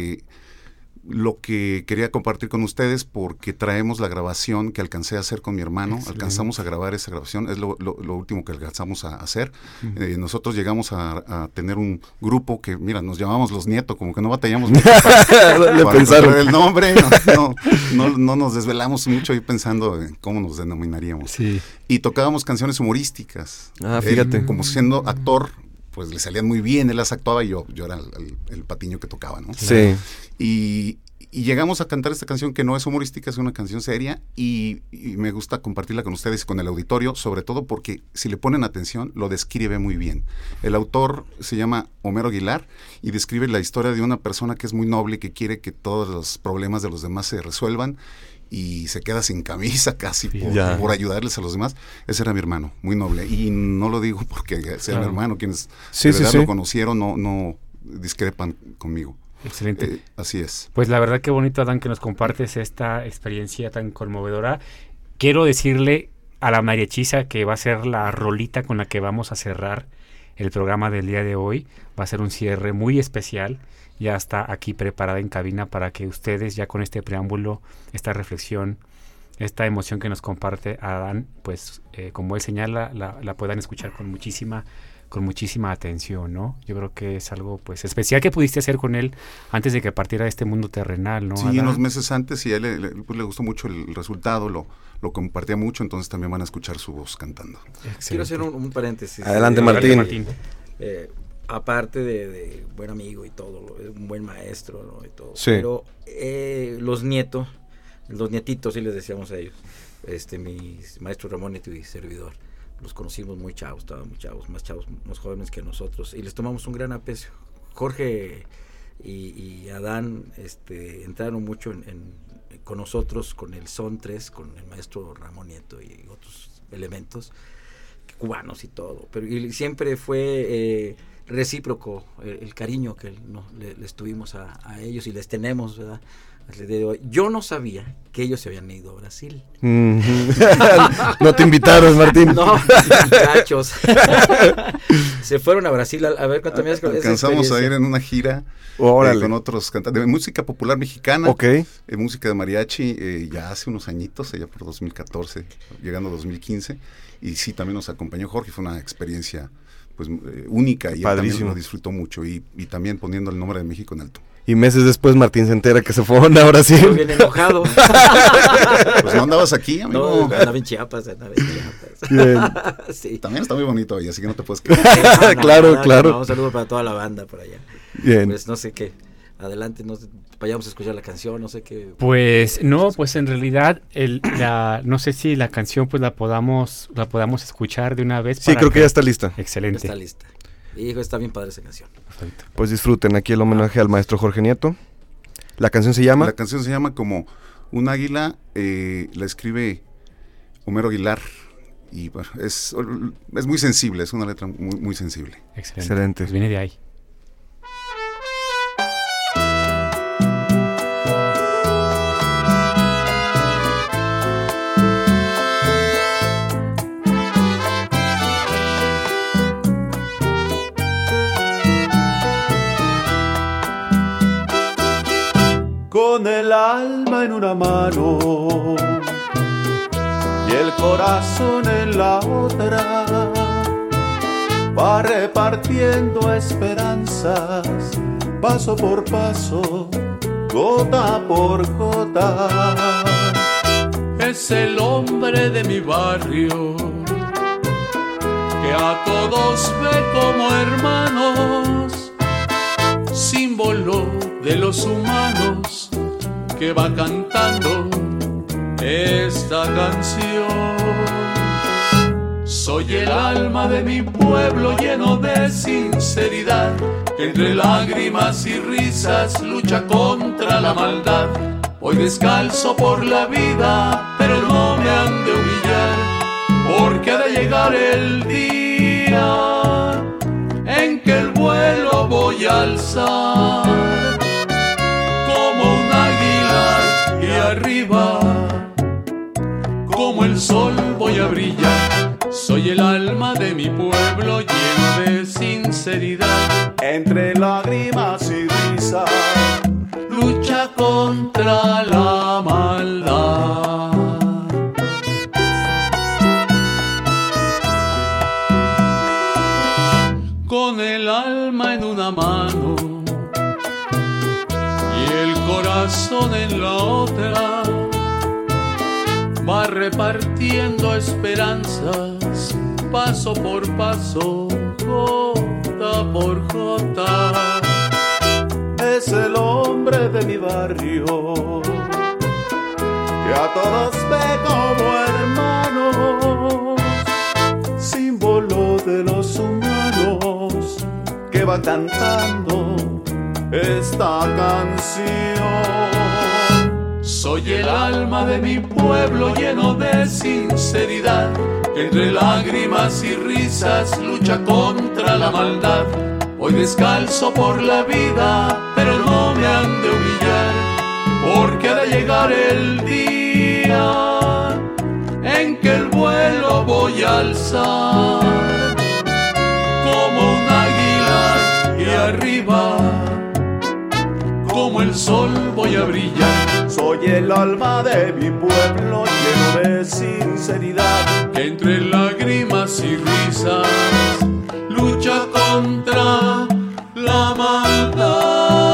lo que quería compartir con ustedes, porque traemos la grabación que alcancé a hacer con mi hermano. Alcanzamos a grabar esa grabación, es lo último que alcanzamos a hacer. Nosotros llegamos a tener un grupo que, mira, nos llamamos Los Nieto, como que no batallamos mucho para pensar el nombre, no nos desvelamos mucho ahí pensando en cómo nos denominaríamos. Y tocábamos canciones humorísticas. Fíjate. Él, como siendo actor, pues le salían muy bien, él las actuaba y yo era el patiño que tocaba, ¿no? Sí. Y llegamos a cantar esta canción que no es humorística, es una canción seria, y me gusta compartirla con ustedes y con el auditorio, sobre todo porque si le ponen atención, lo describe muy bien. El autor se llama Homero Aguilar y describe la historia de una persona que es muy noble, que quiere que todos los problemas de los demás se resuelvan, y se queda sin camisa casi por ayudarles a los demás. Ese era mi hermano, muy noble. Y no lo digo porque sea mi hermano, quienes lo conocieron no discrepan conmigo. Excelente. Así es. Pues la verdad que bonito, Adán, que nos compartes esta experiencia tan conmovedora. Quiero decirle a la mariachisa que va a ser la rolita con la que vamos a cerrar el programa del día de hoy. Va a ser un cierre muy especial. Ya está aquí preparada en cabina para que ustedes, ya con este preámbulo, esta reflexión, esta emoción que nos comparte Adán, pues como él señala, la puedan escuchar con muchísima atención, ¿no? Yo creo que es algo pues especial que pudiste hacer con él antes de que partiera de este mundo terrenal, ¿no? Sí, Adán, unos meses antes, y a él le gustó mucho el resultado, lo compartía mucho, entonces también van a escuchar su voz cantando. Excelente. Quiero hacer un paréntesis. Adelante, Martín. Aparte de buen amigo y todo, un buen maestro, ¿no? Y todo. Sí. Pero los nietitos, sí les decíamos a ellos, mi maestro Ramón Nieto y servidor, los conocimos muy chavos, estaban muy chavos, más jóvenes que nosotros, y les tomamos un gran aprecio. Jorge y Adán entraron mucho con nosotros, con el Son 3, con el maestro Ramón Nieto y otros elementos cubanos y todo, pero siempre fue recíproco el cariño que les tuvimos a ellos y les tenemos, ¿verdad? Yo no sabía que ellos se habían ido a Brasil. No te invitaron, Martín. No, muchachos. Se fueron a Brasil a ver cuánto me alcanzamos a ir en una gira con otros cantantes de música popular mexicana, música de mariachi, ya hace unos añitos, ya por 2014, llegando a 2015, y sí, también nos acompañó Jorge. Fue una experiencia pues única, y él también lo disfrutó mucho, y también poniendo el nombre de México en alto. Y meses después Martín se entera que se fueron a Brasil. Yo bien enojado. Pues no andabas aquí, amigo. No, andaba en Chiapas. Bien. Sí. También está muy bonito ahí, así que no te puedes quedar. Claro. Un saludo para toda la banda por allá. Bien. Pues no sé qué. Adelante, vayamos a escuchar la canción, no sé qué. Pues no, pues en realidad no sé si la canción pues la podamos escuchar de una vez. Sí, creo que ya está lista. Excelente. Está lista. Hijo, está bien padre esa canción. Perfecto. Pues disfruten aquí el homenaje al maestro Jorge Nieto. La canción se llama como Un Águila, la escribe Homero Aguilar, y bueno, es muy sensible, es una letra muy, muy sensible. Excelente. Pues viene de ahí. con el alma en una mano y el corazón en la otra, va repartiendo esperanzas, paso por paso, gota por gota. Es el hombre de mi barrio, que a todos ve como hermanos, símbolo de los humanos, que va cantando esta canción. Soy el alma de mi pueblo lleno de sinceridad, que entre lágrimas y risas lucha contra la maldad. Voy descalzo por la vida, pero no me han de humillar, porque ha de llegar el día en que el vuelo voy a alzar como un águila y arriba como el sol voy a brillar. Soy el alma de mi pueblo lleno de sinceridad, entre lágrimas y risas lucha contra la maldad. Con el alma en una mano y el corazón en la otra, va repartiendo esperanzas, paso por paso, gota por gota. Es el hombre de mi barrio, que a todos ve como hermanos, símbolo de los humanos, que va cantando esta canción. Soy el alma de mi pueblo lleno de sinceridad, que entre lágrimas y risas lucha contra la maldad. Voy descalzo por la vida, pero no me han de humillar, porque ha de llegar el día en que el vuelo voy a alzar como un águila y arriba como el sol voy a brillar. Soy el alma de mi pueblo lleno de sinceridad, que entre lágrimas y risas lucha contra la maldad.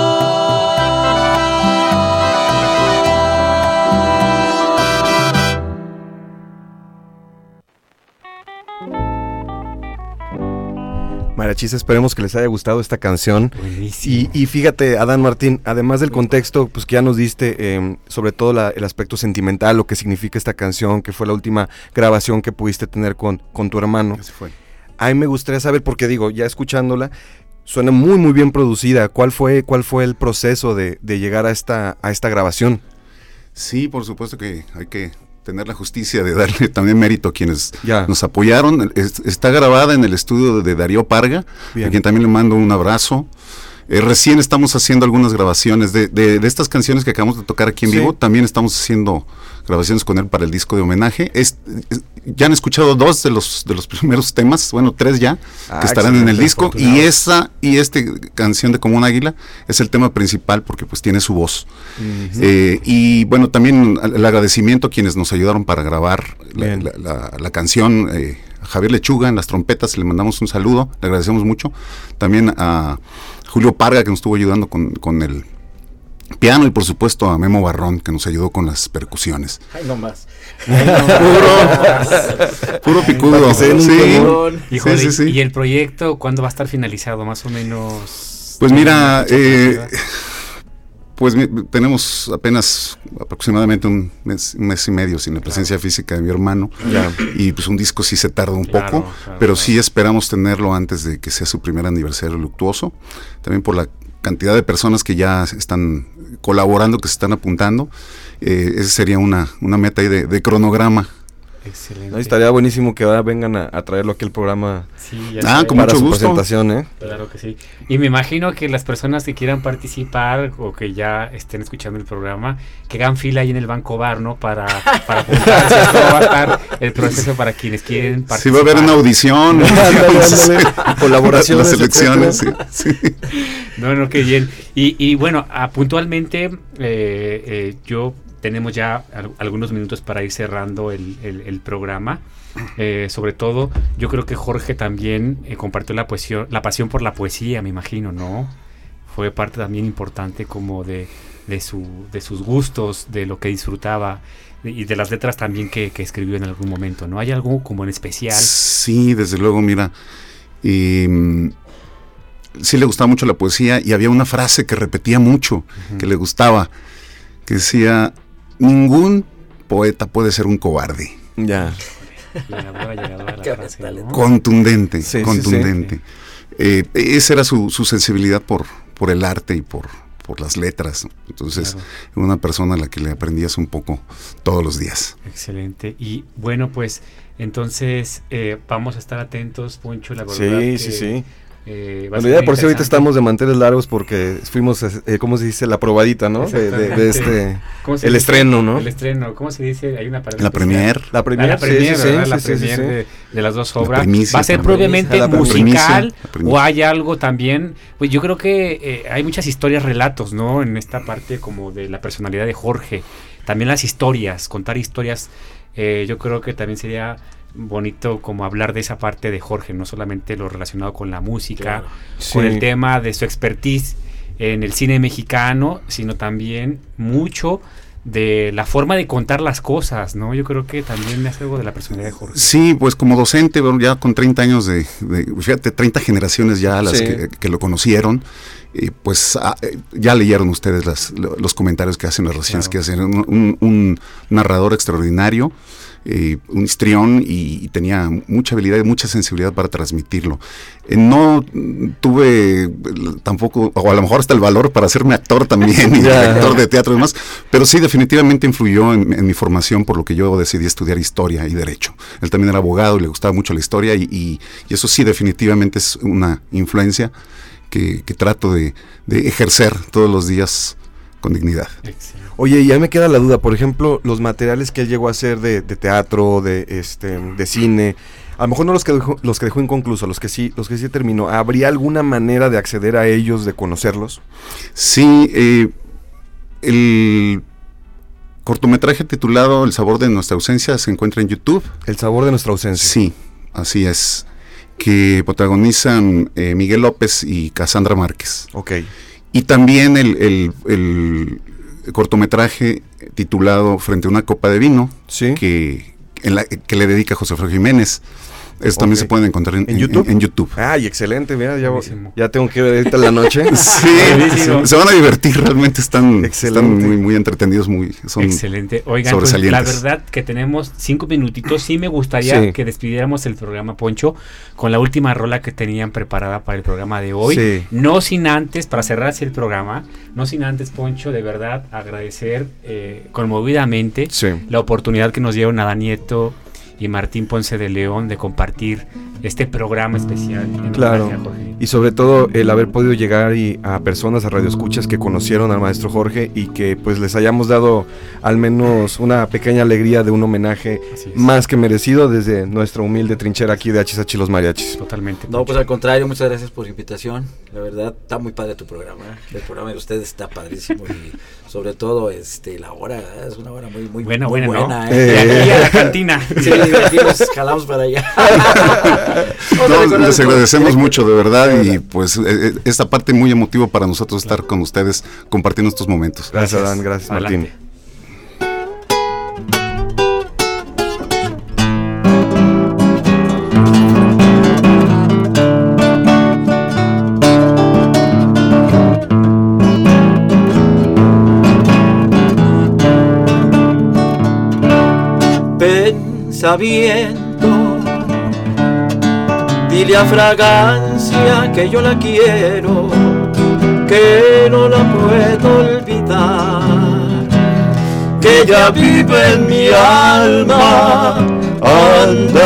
Mariachis, esperemos que les haya gustado esta canción. Y fíjate, Adán Martín, además del contexto pues que ya nos diste, sobre todo el aspecto sentimental, lo que significa esta canción, que fue la última grabación que pudiste tener con tu hermano. Así fue. A mí me gustaría saber, porque digo, ya escuchándola, suena muy muy bien producida. ¿Cuál fue el proceso de llegar a esta grabación? Sí, por supuesto que hay que tener la justicia de darle también mérito a quienes ya nos apoyaron. Está grabada en el estudio de Darío Parga, a quien también le mando un abrazo. Recién estamos haciendo algunas grabaciones de estas canciones que acabamos de tocar aquí en vivo. También estamos haciendo grabaciones con él para el disco de homenaje. Ya han escuchado 2 de los primeros temas, bueno, 3 ya, que estarán en el disco. Y esta canción de Como un Águila es el tema principal porque pues tiene su voz. Y bueno, también el agradecimiento a quienes nos ayudaron para grabar la canción. A Javier Lechuga en las trompetas, le mandamos un saludo, le agradecemos mucho. También a Julio Parga, que nos estuvo ayudando con el piano, y por supuesto a Memo Barrón, que nos ayudó con las percusiones. Ay, no más. Puro picudo. Sí. Híjole, Sí. ¿Y el proyecto cuándo va a estar finalizado? Más o menos. Pues mira, pues tenemos apenas aproximadamente un mes y medio sin la presencia física de mi hermano. Y pues un disco sí se tarda un poco, pero sí esperamos tenerlo antes de que sea su primer aniversario luctuoso. También por la cantidad de personas que ya están colaborando, que se están apuntando. Esa sería una meta ahí de cronograma Excelente. No, estaría buenísimo que ahora vengan a traerlo aquí al programa. Sí, con mucho gusto. Presentación, Claro que sí. Y me imagino que las personas que quieran participar o que ya estén escuchando el programa, que hagan fila ahí en el Banco Bar, ¿no? Para apuntarse. ¿Cómo va a estar el proceso para quienes quieren participar? Sí, va a haber una audición. Colaboraciones. Las elecciones, sí. No, qué bien. Y bueno, puntualmente, yo tenemos ya algunos minutos para ir cerrando el programa. Sobre todo, yo creo que Jorge también compartió la pasión por la poesía, me imagino, ¿no? Fue parte también importante como de sus gustos, de lo que disfrutaba y de las letras también que escribió en algún momento, ¿no? ¿Hay algo como en especial? Sí, desde luego, mira. Sí le gustaba mucho la poesía y había una frase que repetía mucho, que le gustaba, que decía: ningún poeta puede ser un cobarde. Ya. La frase, ¿no? Contundente. Sí. Esa era su sensibilidad por el arte y por las letras. Entonces, claro, una persona a la que le aprendías un poco todos los días. Excelente. Y bueno, pues entonces vamos a estar atentos, Poncho, la verdad. Sí. Bueno, ya por si ahorita estamos de manteles largos porque fuimos, ¿cómo se dice? La probadita, ¿no? De el estreno, ¿no? El estreno, ¿cómo se dice? Hay una palabra. La premier. La premier, de las dos obras. ¿Va a ser propiamente musical o hay algo también? Pues yo creo que hay muchas historias, relatos, ¿no? En esta parte como de la personalidad de Jorge. También las historias, contar historias, yo creo que también sería bonito como hablar de esa parte de Jorge, no solamente lo relacionado con la música, claro, con el tema de su expertise en el cine mexicano, sino también mucho de la forma de contar las cosas, ¿no? Yo creo que también es algo de la personalidad de Jorge. Sí, pues como docente, bueno, ya con 30 años fíjate, 30 generaciones ya las que lo conocieron, pues ya leyeron ustedes los comentarios que hacen, las reseñas, claro, que hacen. Un narrador extraordinario, un histrión, y tenía mucha habilidad y mucha sensibilidad para transmitirlo. No tuve tampoco, o a lo mejor hasta el valor para hacerme actor también, y director de teatro y demás, pero sí definitivamente influyó en mi formación, por lo que yo decidí estudiar historia y derecho. Él también era abogado y le gustaba mucho la historia, y eso sí definitivamente es una influencia que trato de ejercer todos los días con dignidad. Excelente. Oye, ya me queda la duda, por ejemplo, los materiales que él llegó a hacer de teatro, de cine, a lo mejor no los que dejó inconclusos, los que sí terminó. ¿Habría alguna manera de acceder a ellos, de conocerlos? Sí, el cortometraje titulado El sabor de nuestra ausencia se encuentra en YouTube. El sabor de nuestra ausencia. Sí, así es, que protagonizan Miguel López y Cassandra Márquez. Ok. Y también el cortometraje titulado Frente a una copa de vino, ¿sí?, que le dedica a José Alfredo Jiménez. Eso también se pueden encontrar en YouTube. En YouTube. Ay, excelente, mira, ya tengo que ver ahorita en la noche. Sí, se van a divertir, realmente están muy, muy entretenidos, son excelente. Oigan, pues, la verdad que tenemos 5 minutitos. Sí me gustaría que despidiéramos el programa, Poncho, con la última rola que tenían preparada para el programa de hoy. Sí. No sin antes, para cerrar así el programa, Poncho, de verdad agradecer conmovidamente la oportunidad que nos dieron Adán Nieto y Martín Ponce de León de compartir este programa especial. Claro, y sobre todo el haber podido llegar a personas, a radioescuchas que conocieron al maestro Jorge y que pues les hayamos dado al menos una pequeña alegría de un homenaje más que merecido desde nuestra humilde trinchera aquí de HH Los Mariachis. Totalmente. No, pues al contrario, muchas gracias por la invitación. La verdad, está muy padre tu programa. El programa de ustedes está padrísimo y sobre todo la hora, es una hora muy buena, ¿no? De aquí a la cantina. Sí, aquí nos jalamos para allá. Les agradecemos mucho, de verdad, y pues esta parte muy emotiva para nosotros estar con ustedes compartiendo estos momentos. Gracias, Adán, gracias, Martín. Sabiendo, dile a fragancia que yo la quiero, que no la puedo olvidar, que ella vive en mi alma,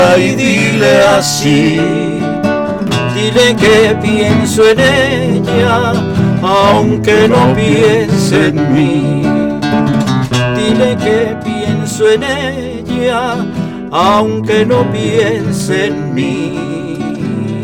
anda y dile así. Dile que pienso en ella, aunque no piense en mí. Dile que pienso en ella, aunque no piense en mí.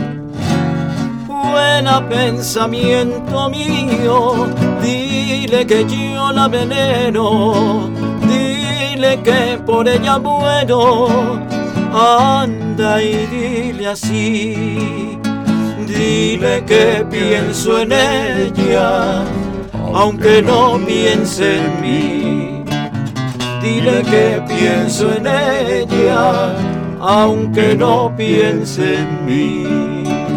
Buena pensamiento mío, dile que yo la venero. Dile que por ella muero, anda y dile así. Dile que pienso en ella, aunque no piense en mí. Dile que pienso en ella, aunque no piense en mí.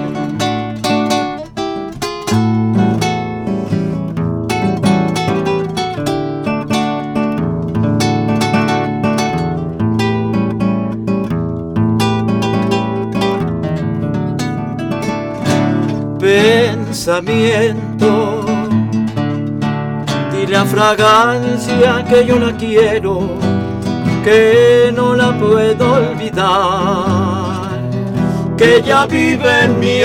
Pensamiento, dile a fragancia que yo la quiero, que no la puedo olvidar, que ella vive en mi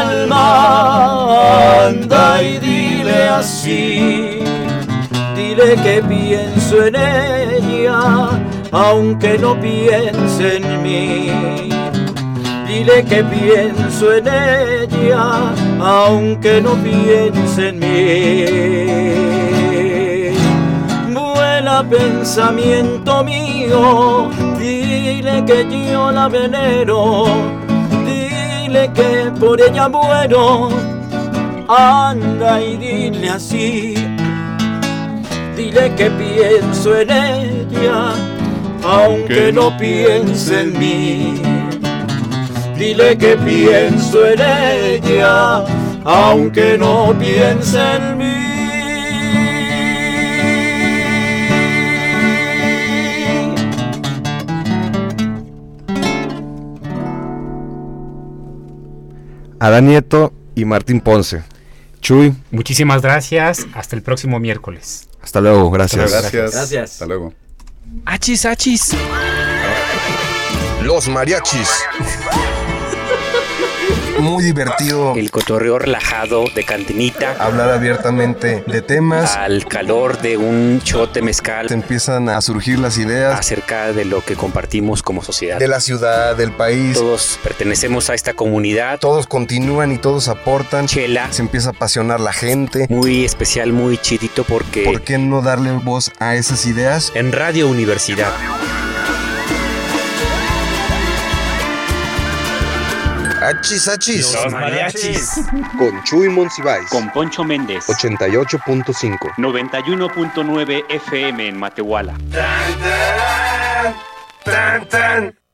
alma. Anda y dile así. Dile que pienso en ella, aunque no piense en mí. Dile que pienso en ella, aunque no piense en mí. Vuela pensamiento mío, dile que yo la venero. Dile que por ella muero, anda y dile así. Dile que pienso en ella, aunque no piense en mí. Dile que pienso en ella, aunque no piense en mí. Adán Nieto y Martín Ponce. Chuy. Muchísimas gracias. Hasta el próximo miércoles. Hasta luego. Gracias. Gracias. Hasta luego. Achis, achis. Los mariachis. Muy divertido. El cotorreo relajado de cantinita. Hablar abiertamente de temas. Al calor de un shot de mezcal. Te empiezan a surgir las ideas. Acerca de lo que compartimos como sociedad. De la ciudad, del país. Todos pertenecemos a esta comunidad. Todos continúan y todos aportan. Chela. Se empieza a apasionar la gente. Muy especial, muy chidito porque... ¿Por qué no darle voz a esas ideas? En Radio Universidad. Achis, achis. Los mariachis. Con Chuy Monsiváis. Con Poncho Méndez. 88.5. 91.9 FM en Matehuala. Tan, tan, tan, tan.